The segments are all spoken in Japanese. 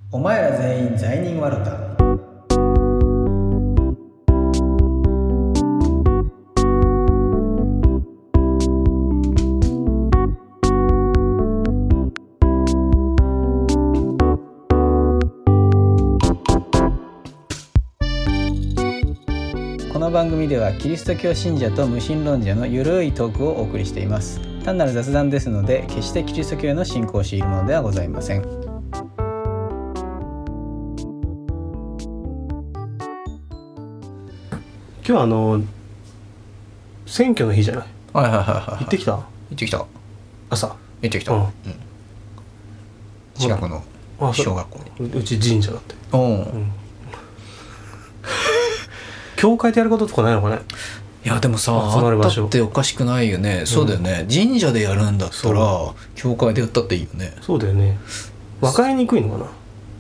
お前ら全員罪人ワロタ。この番組ではキリスト教信者と無神論者のゆるいトークをお送りしています。単なる雑談ですので、決してキリスト教への信仰を強いるものではございません。 今日は選挙の日じゃない？ はいはいはいはい。 行ってきた？ 行ってきた。 朝行ってきた。 うん近くの小学校に。 うち神社だって。 うん。 教会でやることとかないのかね？ いやでもさ、 集まる場所あったっておかしくないよね。そうだよね。神社でやるんだったら教会でやったっていいよね。 そうだよね。分かりにくいのかな？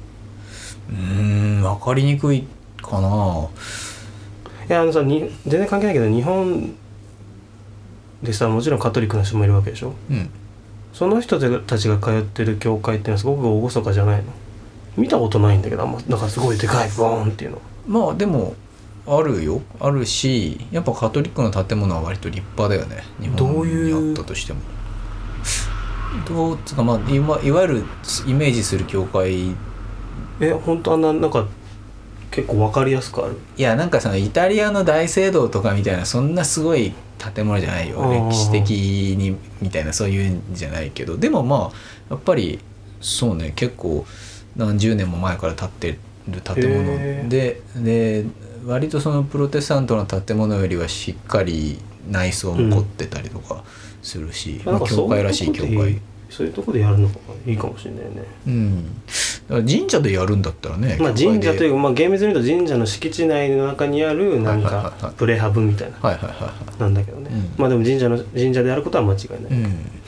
分かりにくいかな。 いや全然関係ないけど、日本でさ、もちろんカトリックの人もいるわけでしょ。その人たちが通ってる教会ってのはすごく厳かじゃないの？見たことないんだけど、なんかすごいでかいボーンっていうの。 まあでもあるよ、あるし、やっぱカトリックの建物は割と立派だよね。日本にあったとしても。どうつか、まあいわゆるイメージする教会。 本当なんか結構わかりやすくある。 いやなんかそのイタリアの大聖堂とかみたいなそんなすごい建物じゃないよ。歴史的にみたいなそういうんじゃないけど、でもまあやっぱりそうね、結構何十年も前から建ってる建物で割とそのプロテスタントの建物よりはしっかり内装も凝ってたりとかするし、まあ、教会らしい教会。 そういうとこでやるのがいいかもしれないね。 だから神社でやるんだったらね、 まあ、神社というか、厳密に言うと神社の敷地内の中にあるなんかプレハブみたいななんだけどね。まあでも神社でやることは間違いない。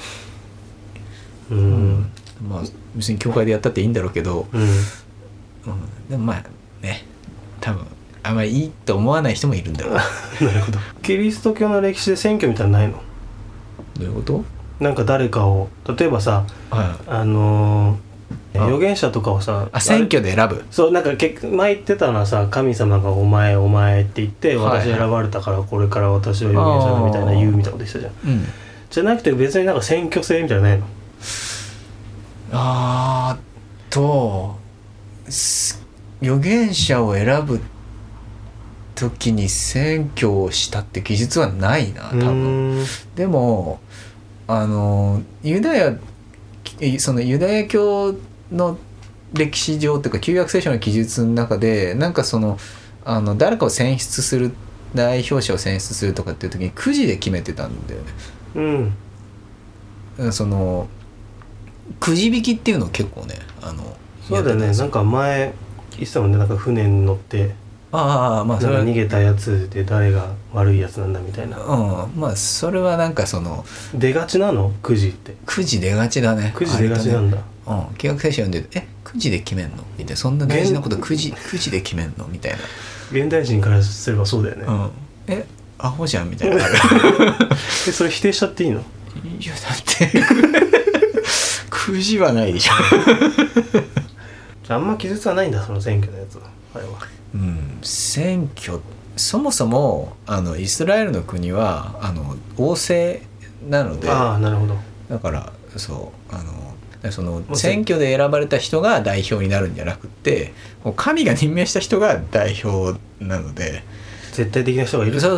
まあ別に教会でやったっていいんだろうけど、でもまあね、多分あんまりいいと思わない人もいるんだろう。 なるほど。キリスト教の歴史で選挙みたいなのないの？ どういうこと？ なんか誰かを、例えばさ、預言者とかをさ、 選挙で選ぶ。 そうなんか前言ってたのはさ、神様がお前って言って、私選ばれたからこれから私は預言者だみたいな言うみたいなことしたじゃん。じゃなくて別になんか選挙制みたいなのないの？ 預言者を選ぶ時に選挙をしたって記述はないな、多分。でもユダヤ教の歴史上というか旧約聖書の記述の中でなんか誰かを選出する、代表者を選出するとかっていう時にくじで決めてたんだよね。くじ引きっていうのを結構ねそうだよね。なんか前言ってたもんね、なんか船に乗ってまあそれ逃げたやつで誰が悪いやつなんだみたいな。 まあそれはなんか出がちなの？くじって。 くじ出がちだね。 くじ出がちなんだ。 旧約聖書読んでくじで決めんのみたいな、そんな大事なことくじで決めんのみたいな。 現代人からすればそうだよね。 アホじゃんみたいな。 それ否定しちゃっていいの？ いやだってくじはないでしょ。 あんま記述はないんだ、その選挙のやつは。あれは。 選挙、そもそもイスラエルの国は王制なので。 なるほど。 だからその選挙で選ばれた人が代表になるんじゃなくて、神が任命した人が代表なので、 絶対的な人がいる。そう、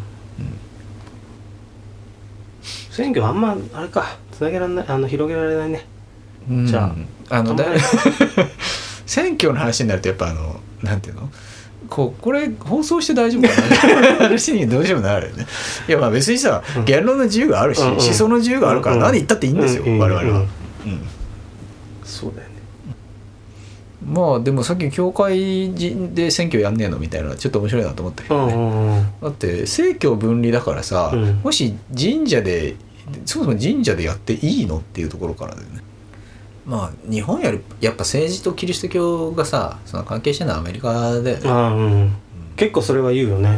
選挙あんまあれか、つなげられない、広げられないね。じゃあ選挙の話になるとやっぱなんていうの、これ放送して大丈夫かな話にどうしてもなるよね。いやまあ別にさ、言論の自由があるし、思想の自由があるから何言ったっていいんですよ、我々は。 そうだよね。 まあでもさっき教会で選挙やんねえのみたいなのはちょっと面白いなと思ったけどね。だって政教分離だからさ、もしそもそも神社でやっていいのっていうところからだよね。まあ日本よりやっぱ政治とキリスト教がさ、その関係してるのはアメリカだよね。 結構それは言うよね。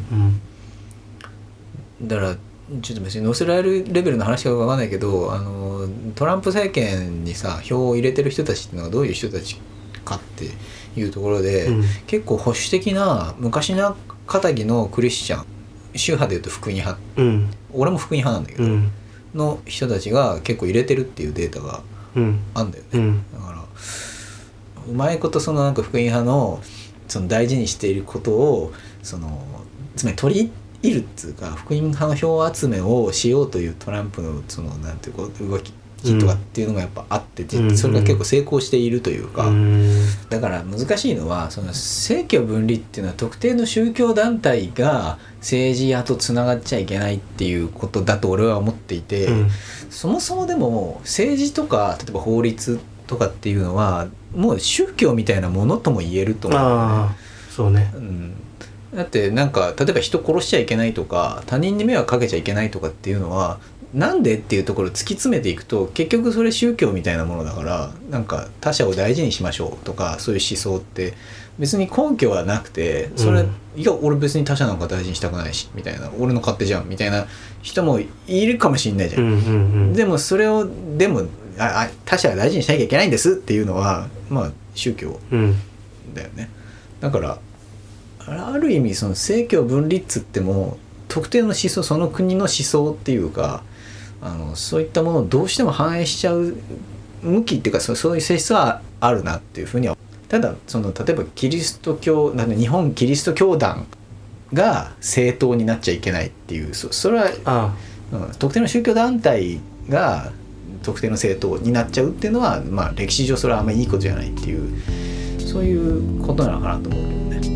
だからちょっと別に載せられるレベルの話か分かんないけど、トランプ政権にさ票を入れてる人たちっていうのはどういう人たちかっていうところで、結構保守的な昔の仇のクリスチャン、宗派でいうと福音派、俺も福音派なんだけど、の人たちが結構入れてるっていうデータがあんだよね、だからうまいことそのなんか福音派のその大事にしていることをそのつまり取り入るっていうか、福音派の票集めをしようというトランプのそのなんていうか動きとかっていうのがやっぱあって、それが結構成功しているというか、だから難しいのはその政教分離っていうのは特定の宗教団体が政治家とつながっちゃいけないっていうことだと俺は思っていて、そもそもでも政治とか例えば法律とかっていうのはもう宗教みたいなものとも言えると思うんだよね。 そうね、 だってなんか例えば人殺しちゃいけないとか他人に迷惑かけちゃいけないとかっていうのはなんでっていうところを突き詰めていくと結局それ宗教みたいなものだから、なんか他者を大事にしましょうとかそういう思想って別に根拠はなくて、それ、いや俺別に他者なんか大事にしたくないしみたいな、俺の勝手じゃんみたいな人もいるかもしれないじゃん、でもそれをでも他者は大事にしなきゃいけないんですっていうのはまあ宗教だよね、だからある意味その政教分離っつっても特定の思想、その国の思想っていうかそういったものをどうしても反映しちゃう向きっていうかそういう性質はあるなっていうふうには。ただその例えばキリスト教日本キリスト教団が政党になっちゃいけないっていう、それは特定の宗教団体が特定の政党になっちゃうっていうのは、まあ歴史上それはあんまりいいことじゃないっていう、そういうことなのかなと思うけどね。